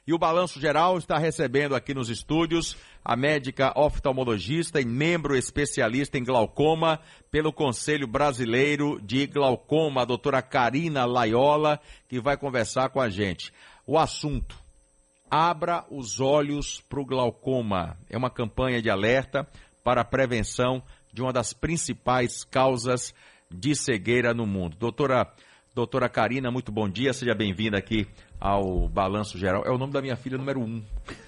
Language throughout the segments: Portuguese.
E o Balanço Geral está recebendo aqui nos estúdios a médica oftalmologista e membro especialista em glaucoma pelo Conselho Brasileiro de Glaucoma, a doutora Karina Laiola, que vai conversar com a gente. O assunto: Abra os olhos para o glaucoma. É uma campanha de alerta para a prevenção de uma das principais causas de cegueira no mundo. Doutora Karina, muito bom dia, seja bem-vinda aqui ao Balanço Geral. É o nome da minha filha número 1.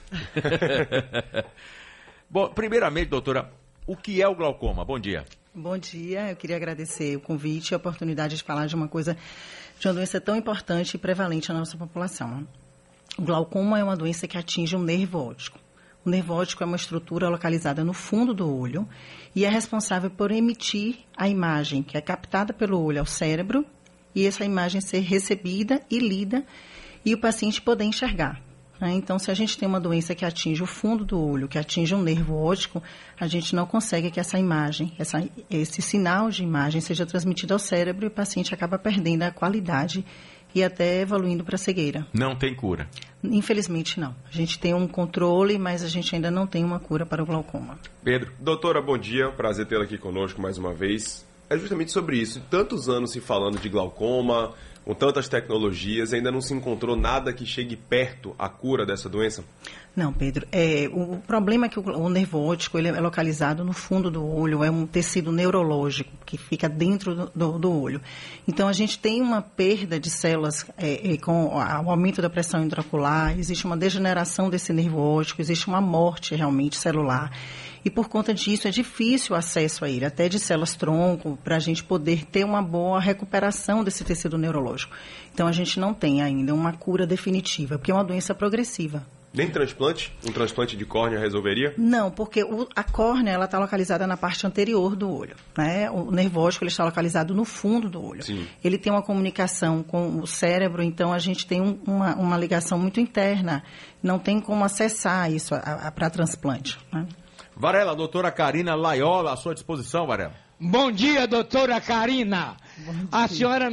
Bom, primeiramente, doutora, o que é o glaucoma? Bom dia. Bom dia, eu queria agradecer o convite e a oportunidade de falar de uma doença tão importante e prevalente na nossa população. O glaucoma é uma doença que atinge o nervo óptico. O nervo óptico é uma estrutura localizada no fundo do olho e é responsável por emitir a imagem que é captada pelo olho ao cérebro e essa imagem ser recebida e lida e o paciente poder enxergar. Então, se a gente tem uma doença que atinge o fundo do olho, que atinge um nervo óptico, a gente não consegue que essa imagem, esse sinal de imagem seja transmitido ao cérebro e o paciente acaba perdendo a qualidade e até evoluindo para a cegueira. Não tem cura? Infelizmente, não. A gente tem um controle, mas a gente ainda não tem uma cura para o glaucoma. Pedro. Doutora, bom dia. Prazer tê-la aqui conosco mais uma vez. É justamente sobre isso. Tantos anos se falando de glaucoma, com tantas tecnologias, ainda não se encontrou nada que chegue perto à cura dessa doença? Não, Pedro. O problema é que o nervo óptico ele é localizado no fundo do olho, é um tecido neurológico que fica dentro do olho. Então, a gente tem uma perda de células com o aumento da pressão intraocular, existe uma degeneração desse nervo óptico, existe uma morte realmente celular. E por conta disso é difícil o acesso a ele, até de células-tronco, para a gente poder ter uma boa recuperação desse tecido neurológico. Então, a gente não tem ainda uma cura definitiva, porque é uma doença progressiva. Nem transplante? Um transplante de córnea resolveria? Não, porque a córnea está localizada na parte anterior do olho, né? O nervo óptico ele está localizado no fundo do olho. Sim. Ele tem uma comunicação com o cérebro, então a gente tem uma ligação muito interna. Não tem como acessar isso para transplante, né? Varela, a doutora Karina Laiola, à sua disposição, Varela. Bom dia, doutora Karina. A senhora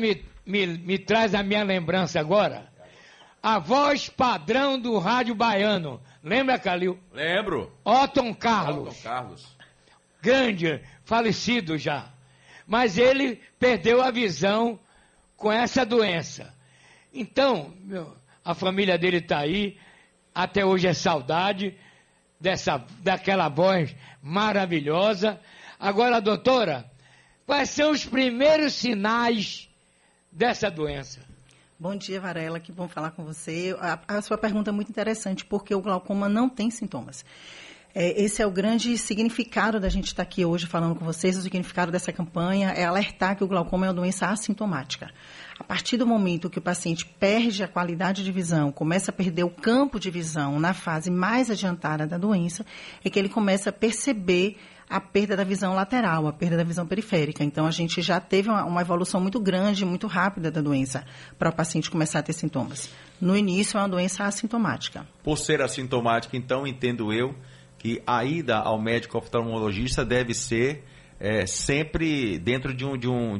me traz a minha lembrança agora. A voz padrão do rádio baiano. Lembra, Calil? Lembro. Otton Carlos. Grande, falecido já. Mas ele perdeu a visão com essa doença. Então, a família dele está aí. Até hoje é saudade daquela voz maravilhosa. Agora, doutora, quais são os primeiros sinais dessa doença? Bom dia, Varela, que bom falar com você. A sua pergunta é muito interessante, porque o glaucoma não tem sintomas. Esse é o grande significado da gente estar aqui hoje falando com vocês. O significado dessa campanha é alertar que o glaucoma é uma doença assintomática. A partir do momento que o paciente perde a qualidade de visão, começa a perder o campo de visão na fase mais adiantada da doença, é que ele começa a perceber a perda da visão lateral, a perda da visão periférica. Então, a gente já teve uma evolução muito grande, muito rápida da doença, para o paciente começar a ter sintomas. No início, é uma doença assintomática. Por ser assintomática, então, entendo eu que a ida ao médico oftalmologista deve ser sempre dentro de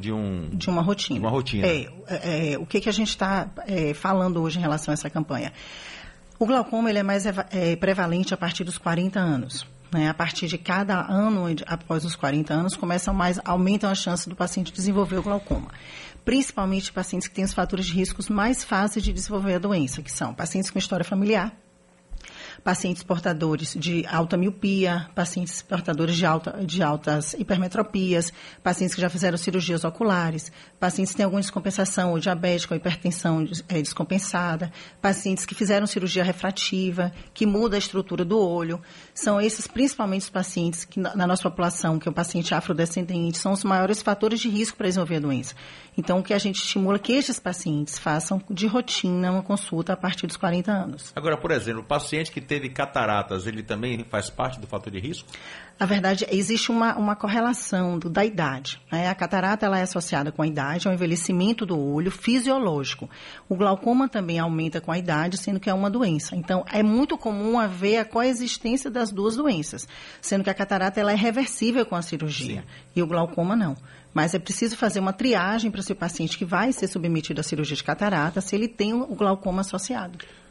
uma rotina. Uma rotina. O que a gente está falando hoje em relação a essa campanha? O glaucoma ele é mais prevalente a partir dos 40 anos. Né? A partir de cada ano, após os 40 anos, aumentam as chances do paciente desenvolver o glaucoma. Principalmente pacientes que têm os fatores de riscos mais fáceis de desenvolver a doença, que são pacientes com história familiar, pacientes portadores de alta miopia, pacientes portadores de altas hipermetropias, pacientes que já fizeram cirurgias oculares, pacientes que têm alguma descompensação ou diabética ou hipertensão descompensada, pacientes que fizeram cirurgia refrativa, que muda a estrutura do olho. São esses principalmente os pacientes que na nossa população, que é o paciente afrodescendente, são os maiores fatores de risco para desenvolver a doença. Então, o que a gente estimula é que estes pacientes façam de rotina uma consulta a partir dos 40 anos. Agora, por exemplo, o paciente que teve cataratas, ele também faz parte do fator de risco? Na verdade, existe uma correlação da idade. Né? A catarata ela é associada com a idade, ao envelhecimento do olho fisiológico. O glaucoma também aumenta com a idade, sendo que é uma doença. Então, é muito comum haver a coexistência das duas doenças, sendo que a catarata ela é reversível com a cirurgia. Sim. E o glaucoma não. Mas é preciso fazer uma triagem para esse paciente que vai ser submetido à cirurgia de catarata, se ele tem o glaucoma associado.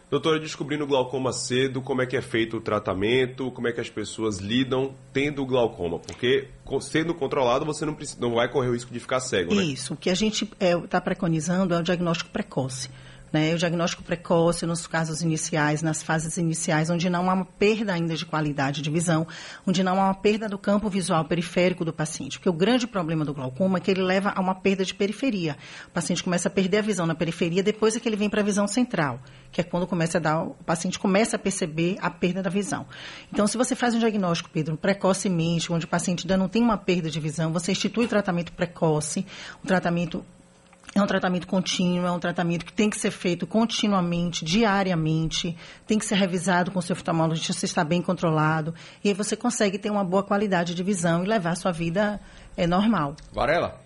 Doutora, descobrindo o glaucoma cedo, como é que é feito o tratamento, como é que as pessoas lidam tendo o glaucoma? Porque sendo controlado, você não vai correr o risco de ficar cego, né? Isso, o que a gente está preconizando é o diagnóstico precoce. Né, o diagnóstico precoce nos casos iniciais, nas fases iniciais, onde não há uma perda ainda de qualidade de visão, onde não há uma perda do campo visual periférico do paciente. Porque o grande problema do glaucoma é que ele leva a uma perda de periferia. O paciente começa a perder a visão na periferia, depois é que ele vem para a visão central, que é quando o paciente começa a perceber a perda da visão. Então, se você faz um diagnóstico, Pedro, precocemente, onde o paciente ainda não tem uma perda de visão, você institui tratamento precoce, é um tratamento contínuo, é um tratamento que tem que ser feito continuamente, diariamente, tem que ser revisado com o seu oftalmologista se está bem controlado, e aí você consegue ter uma boa qualidade de visão e levar a sua vida normal. Varela?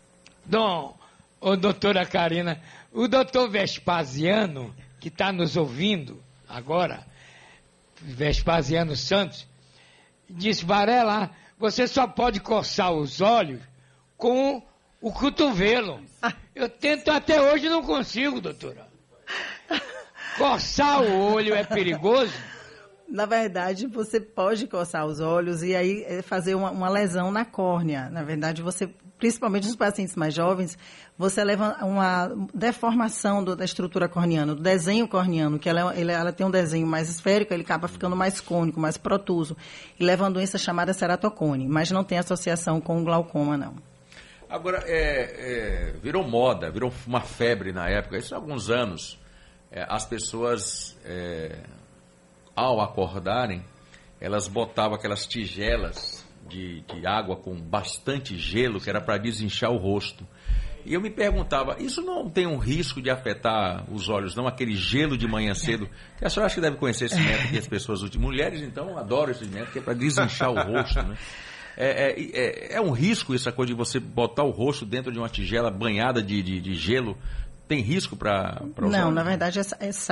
Doutora Carina, o doutor Vespasiano, que está nos ouvindo agora, Vespasiano Santos, disse: Varela, você só pode coçar os olhos com o cotovelo. Eu tento até hoje e não consigo, doutora. Coçar o olho é perigoso? Na verdade, você pode coçar os olhos e aí fazer uma lesão na córnea. Na verdade, principalmente nos pacientes mais jovens, você leva uma deformação da estrutura corneana, do desenho corneano, que ela tem um desenho mais esférico, ele acaba ficando mais cônico, mais protuso, e leva uma doença chamada ceratocone, mas não tem associação com o glaucoma, não. Agora, virou moda, virou uma febre na época, isso há alguns anos. As pessoas, ao acordarem, elas botavam aquelas tigelas de água com bastante gelo, que era para desinchar o rosto. E eu me perguntava, isso não tem um risco de afetar os olhos, não? Aquele gelo de manhã cedo. A senhora acha que deve conhecer esse método que as pessoas usam. Mulheres, então, adoram esse método, que é para desinchar o rosto, né? É um risco essa coisa de você botar o rosto dentro de uma tigela banhada de gelo? Tem risco para usar? Não, na verdade,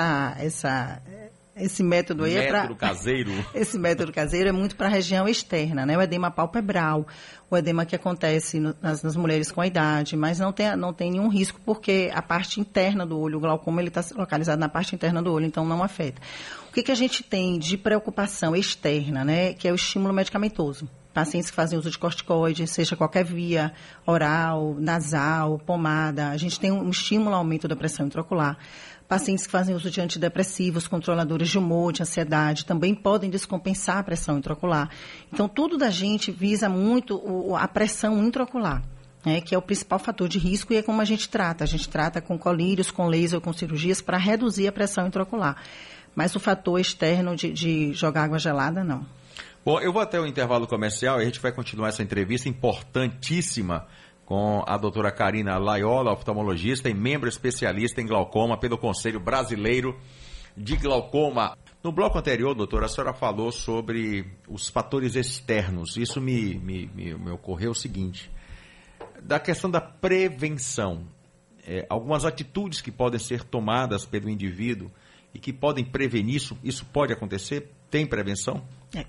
esse método aí método caseiro. Esse método caseiro é muito para a região externa, né? O edema palpebral, o edema que acontece nas mulheres com a idade, mas não tem nenhum risco porque a parte interna do olho, o glaucoma, ele está localizado na parte interna do olho, então não afeta. O que a gente tem de preocupação externa, né? Que é o estímulo medicamentoso. Pacientes que fazem uso de corticoide, seja qualquer via, oral, nasal, pomada, a gente tem um estímulo ao aumento da pressão intraocular. Pacientes que fazem uso de antidepressivos, controladores de humor, de ansiedade, também podem descompensar a pressão intraocular. Então, tudo da gente visa muito a pressão intraocular, né, que é o principal fator de risco e é como a gente trata. A gente trata com colírios, com laser, com cirurgias para reduzir a pressão intraocular. Mas o fator externo de jogar água gelada, não. Bom, eu vou até o intervalo comercial e a gente vai continuar essa entrevista importantíssima com a doutora Carina Laiola, oftalmologista e membro especialista em glaucoma pelo Conselho Brasileiro de Glaucoma. No bloco anterior, doutora, a senhora falou sobre os fatores externos. Isso me ocorreu o seguinte, da questão da prevenção. Algumas atitudes que podem ser tomadas pelo indivíduo e que podem prevenir isso pode acontecer? Tem prevenção?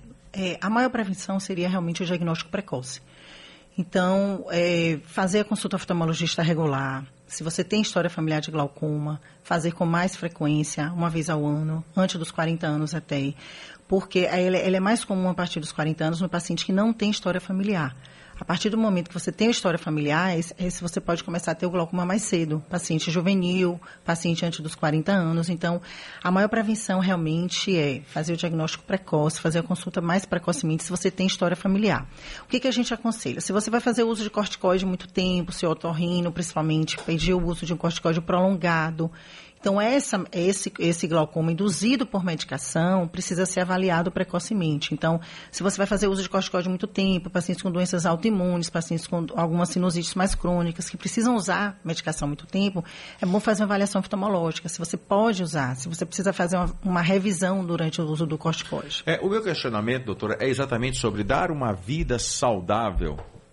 A maior prevenção seria realmente o diagnóstico precoce. Então, fazer a consulta oftalmologista regular, se você tem história familiar de glaucoma, fazer com mais frequência, uma vez ao ano, antes dos 40 anos até, porque ele é mais comum a partir dos 40 anos no paciente que não tem história familiar. A partir do momento que você tem história familiar, você pode começar a ter o glaucoma mais cedo. Paciente juvenil, paciente antes dos 40 anos. Então, a maior prevenção realmente é fazer o diagnóstico precoce, fazer a consulta mais precocemente se você tem história familiar. O que a gente aconselha? Se você vai fazer uso de corticoide muito tempo, seu otorrino principalmente, pedir o uso de um corticoide prolongado. Então, esse glaucoma induzido por medicação precisa ser avaliado precocemente. Então, se você vai fazer uso de corticoide muito tempo, pacientes com doenças autoimunes, pacientes com algumas sinusites mais crônicas, que precisam usar medicação muito tempo, é bom fazer uma avaliação oftalmológica, se você pode usar, se você precisa fazer uma revisão durante o uso do corticoide. O meu questionamento, doutora, é exatamente sobre dar uma vida saudável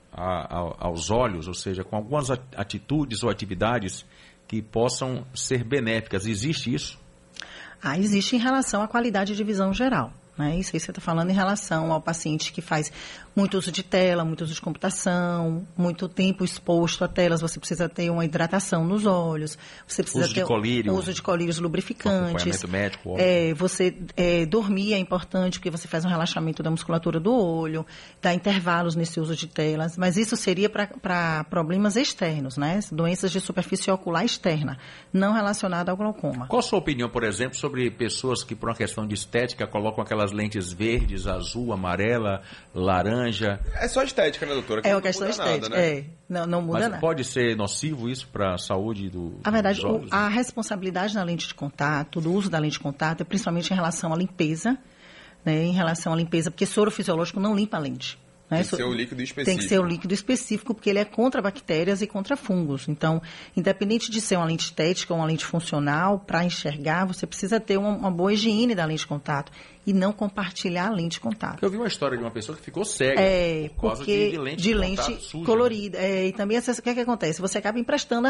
aos olhos, ou seja, com algumas atitudes ou atividades que possam ser benéficas. Existe isso? Existe em relação à qualidade de visão geral. Né? Isso aí você está falando em relação ao paciente que faz muito uso de tela, muito uso de computação, muito tempo exposto a telas, você precisa ter uma hidratação nos olhos, você precisa uso ter de colírio, uso de colírios lubrificantes. Acompanhamento médico. Você dormir é importante, porque você faz um relaxamento da musculatura do olho, dá intervalos nesse uso de telas, mas isso seria para problemas externos, né? Doenças de superfície ocular externa, não relacionada ao glaucoma. Qual a sua opinião, por exemplo, sobre pessoas que, por uma questão de estética, colocam aquelas lentes verdes, azul, amarela, laranja? É só estética, né, doutora? Que É não uma questão muda nada, estética, né? não muda Mas nada. pode ser nocivo isso para a saúde Na verdade, dos olhos? a responsabilidade na lente de contato, do uso da lente de contato, é principalmente em relação à limpeza, né, em relação à limpeza, porque soro fisiológico não limpa a lente. Né? Tem que ser o líquido específico. Tem que ser o líquido específico, porque ele é contra bactérias e contra fungos. Então, independente de ser uma lente estética ou uma lente funcional, para enxergar, você precisa ter uma boa higiene da lente de contato e não compartilhar a lente de contato. Eu vi uma história de uma pessoa que ficou cega por causa de lente de contato suja, colorida. E também, o que acontece? Você acaba emprestando.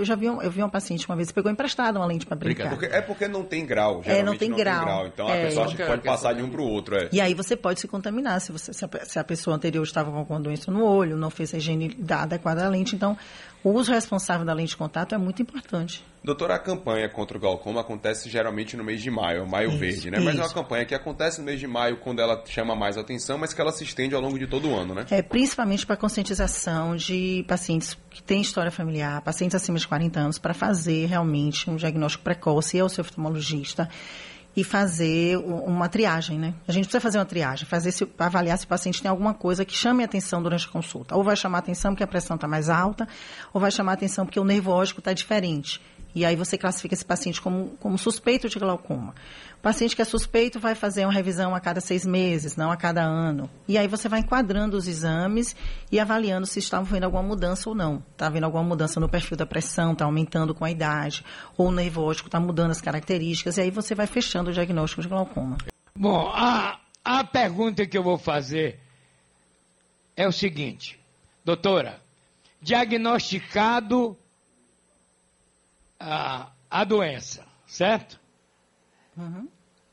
Eu vi uma paciente uma vez, pegou emprestada uma lente para brincar. Porque não tem grau. Não tem grau. Então, a pessoa acha que pode passar de um para o outro. E aí você pode se contaminar se a pessoa anterior estava com alguma doença no olho, não fez a higiene adequada da lente. Então, o uso responsável da lente de contato é muito importante. Doutora, a campanha contra o glaucoma acontece geralmente no mês de maio, é o Maio Verde, né? Mas é uma campanha que acontece no mês de maio quando ela chama mais atenção, mas que ela se estende ao longo de todo o ano, né? Principalmente para conscientização de pacientes que têm história familiar, pacientes acima de 40 anos, para fazer realmente um diagnóstico precoce, ir ao seu oftalmologista e fazer uma triagem, né? A gente precisa fazer uma triagem, avaliar se o paciente tem alguma coisa que chame a atenção durante a consulta. Ou vai chamar a atenção porque a pressão está mais alta, ou vai chamar a atenção porque o nervo óptico está diferente. E aí você classifica esse paciente como suspeito de glaucoma. O paciente que é suspeito vai fazer uma revisão a cada 6 meses, não a cada ano. E aí você vai enquadrando os exames e avaliando se está havendo alguma mudança ou não. Está havendo alguma mudança no perfil da pressão, está aumentando com a idade, ou o nervo óptico está mudando as características, e aí você vai fechando o diagnóstico de glaucoma. Bom, a pergunta que eu vou fazer é o seguinte. Doutora, diagnosticado a doença, certo? Uhum.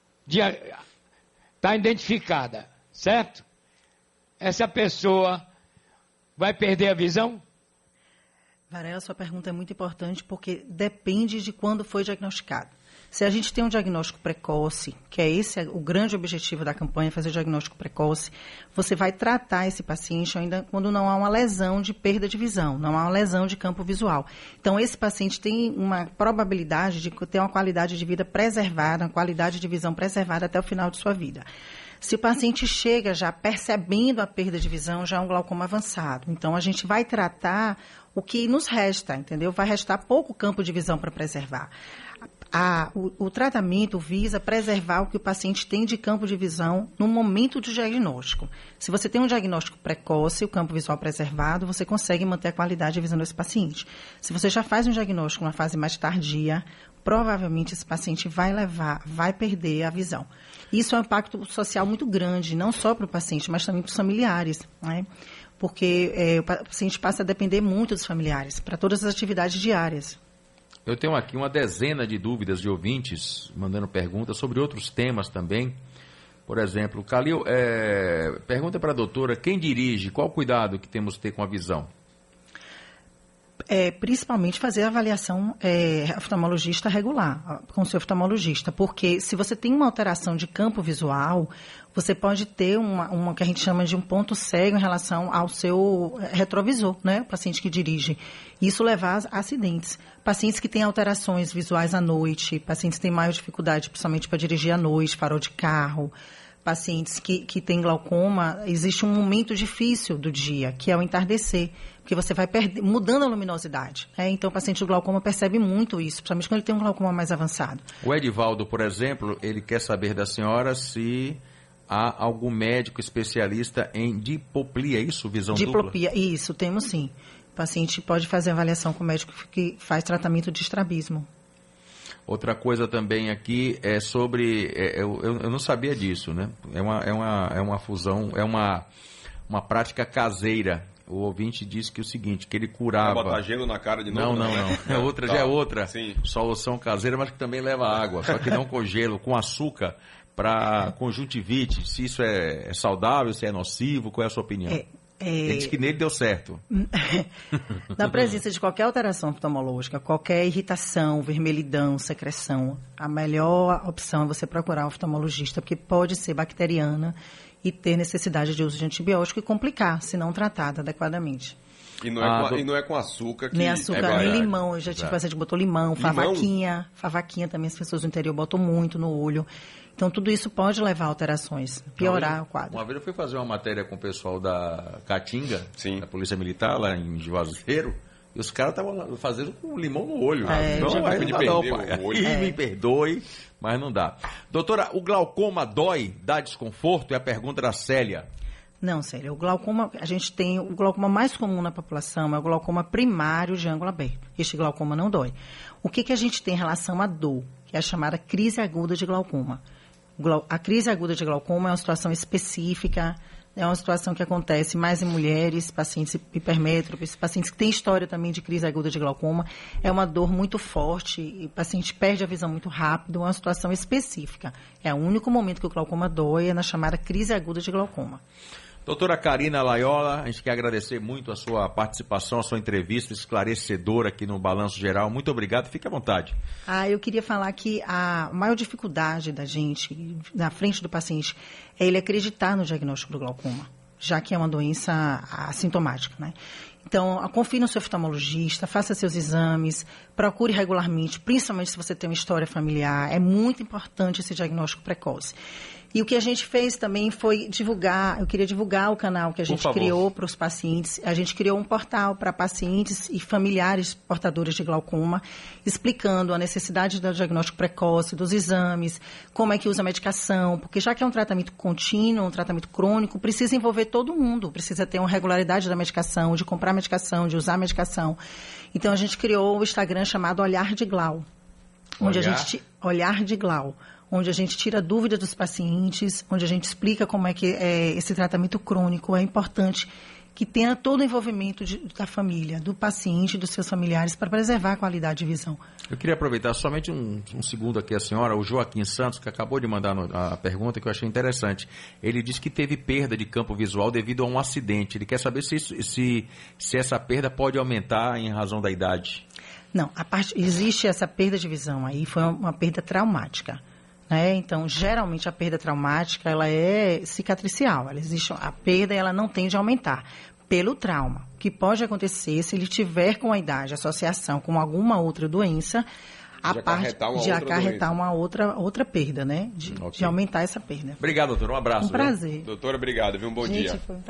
Está identificada, certo? Essa pessoa vai perder a visão? Varela, sua pergunta é muito importante porque depende de quando foi diagnosticado. Se a gente tem um diagnóstico precoce, que é esse o grande objetivo da campanha, fazer o diagnóstico precoce, você vai tratar esse paciente ainda quando não há uma lesão de perda de visão, não há uma lesão de campo visual. Então, esse paciente tem uma probabilidade de ter uma qualidade de vida preservada, uma qualidade de visão preservada até o final de sua vida. Se o paciente chega já percebendo a perda de visão, já é um glaucoma avançado. Então, a gente vai tratar o que nos resta, entendeu? Vai restar pouco campo de visão para preservar. O tratamento visa preservar o que o paciente tem de campo de visão no momento do diagnóstico. Se você tem um diagnóstico precoce, o campo visual preservado, você consegue manter a qualidade de visão desse paciente. Se você já faz um diagnóstico numa fase mais tardia, provavelmente esse paciente vai perder a visão. Isso é um impacto social muito grande, não só para o paciente, mas também para os familiares, né? Porque o paciente passa a depender muito dos familiares para todas as atividades diárias. Eu tenho aqui uma dezena de dúvidas de ouvintes mandando perguntas sobre outros temas também. Por exemplo, Calil, pergunta para a doutora, quem dirige, qual cuidado que temos que ter com a visão? Principalmente fazer a avaliação oftalmologista regular, com o seu oftalmologista, porque se você tem uma alteração de campo visual, você pode ter uma que a gente chama de um ponto cego em relação ao seu retrovisor, né? O paciente que dirige. Isso levar a acidentes. Pacientes que têm alterações visuais à noite, pacientes que têm maior dificuldade, principalmente para dirigir à noite, farol de carro, pacientes que têm glaucoma, existe um momento difícil do dia, que é o entardecer, porque você vai mudando a luminosidade. Então, o paciente do glaucoma percebe muito isso, principalmente quando ele tem um glaucoma mais avançado. O Edivaldo, por exemplo, ele quer saber da senhora se há algum médico especialista em diplopia, isso? Visão diplopia, dupla? Isso, temos sim. O paciente pode fazer avaliação com o médico que faz tratamento de estrabismo. Outra coisa também aqui é sobre, eu não sabia disso, né? É uma fusão, é uma prática caseira O ouvinte disse que o seguinte, que ele curava... Vai botar gelo na cara de novo? Não. É outra, já é outra. Sim. Solução caseira, mas que também leva água, só que não com gelo, com açúcar, para conjuntivite. Se isso é saudável, se é nocivo, qual é a sua opinião? Ele disse que nele deu certo. Na presença de qualquer alteração oftalmológica, qualquer irritação, vermelhidão, secreção, a melhor opção é você procurar um oftalmologista, porque pode ser bacteriana e ter necessidade de uso de antibiótico e complicar, se não tratada adequadamente. E não é com açúcar que... Nem açúcar, nem limão. Eu já tive paciente que botou limão, favaquinha. Favaquinha também as pessoas do interior botam muito no olho. Então, tudo isso pode levar a alterações, piorar o quadro. Uma vez eu fui fazer uma matéria com o pessoal da Caatinga, Sim. da Polícia Militar, lá em Juazeiro, e os caras estavam fazendo com limão no olho. Não, aí me não dá não, perdeu pai. o olho. Me perdoe, mas não dá. Doutora, o glaucoma dói, dá desconforto? É a pergunta da Célia. Não, Célia, o glaucoma, a gente tem o glaucoma mais comum na população, é o glaucoma primário de ângulo aberto. Este glaucoma não dói. O que a gente tem em relação à dor, que é a chamada crise aguda de glaucoma? A crise aguda de glaucoma é uma situação específica, é uma situação que acontece mais em mulheres, pacientes hipermétropes, pacientes que têm história também de crise aguda de glaucoma. É uma dor muito forte e o paciente perde a visão muito rápido, é uma situação específica. É o único momento que o glaucoma dói, é na chamada crise aguda de glaucoma. Doutora Karina Laiola, a gente quer agradecer muito a sua participação, a sua entrevista esclarecedora aqui no Balanço Geral. Muito obrigado, fique à vontade. Eu queria falar que a maior dificuldade da gente, na frente do paciente, é ele acreditar no diagnóstico do glaucoma, já que é uma doença assintomática, né? Então, confie no seu oftalmologista, faça seus exames, procure regularmente, principalmente se você tem uma história familiar. É muito importante esse diagnóstico precoce. E o que a gente fez também foi divulgar, eu queria divulgar o canal que a gente criou para os pacientes. A gente criou um portal para pacientes e familiares portadores de glaucoma, explicando a necessidade do diagnóstico precoce, dos exames, como é que usa a medicação, porque já que é um tratamento contínuo, um tratamento crônico, precisa envolver todo mundo, precisa ter uma regularidade da medicação, de comprar medicação, de usar medicação. Então, a gente criou o Instagram chamado Olhar de Glau, Olhar de Glau, onde a gente tira dúvida dos pacientes, onde a gente explica como é que esse tratamento crônico é importante, que tenha todo o envolvimento da família, do paciente e dos seus familiares para preservar a qualidade de visão. Eu queria aproveitar somente um segundo aqui a senhora, o Joaquim Santos, que acabou de mandar a pergunta que eu achei interessante. Ele disse que teve perda de campo visual devido a um acidente. Ele quer saber se essa perda pode aumentar em razão da idade. Não, existe essa perda de visão aí, foi uma perda traumática. Então, geralmente a perda traumática ela é cicatricial, a perda ela não tende a aumentar pelo trauma. O que pode acontecer se ele tiver com a idade, associação com alguma outra doença, de acarretar uma outra perda, né? De aumentar essa perda. Obrigado, doutor. Um abraço. Um prazer. Doutora, obrigado. Um bom dia.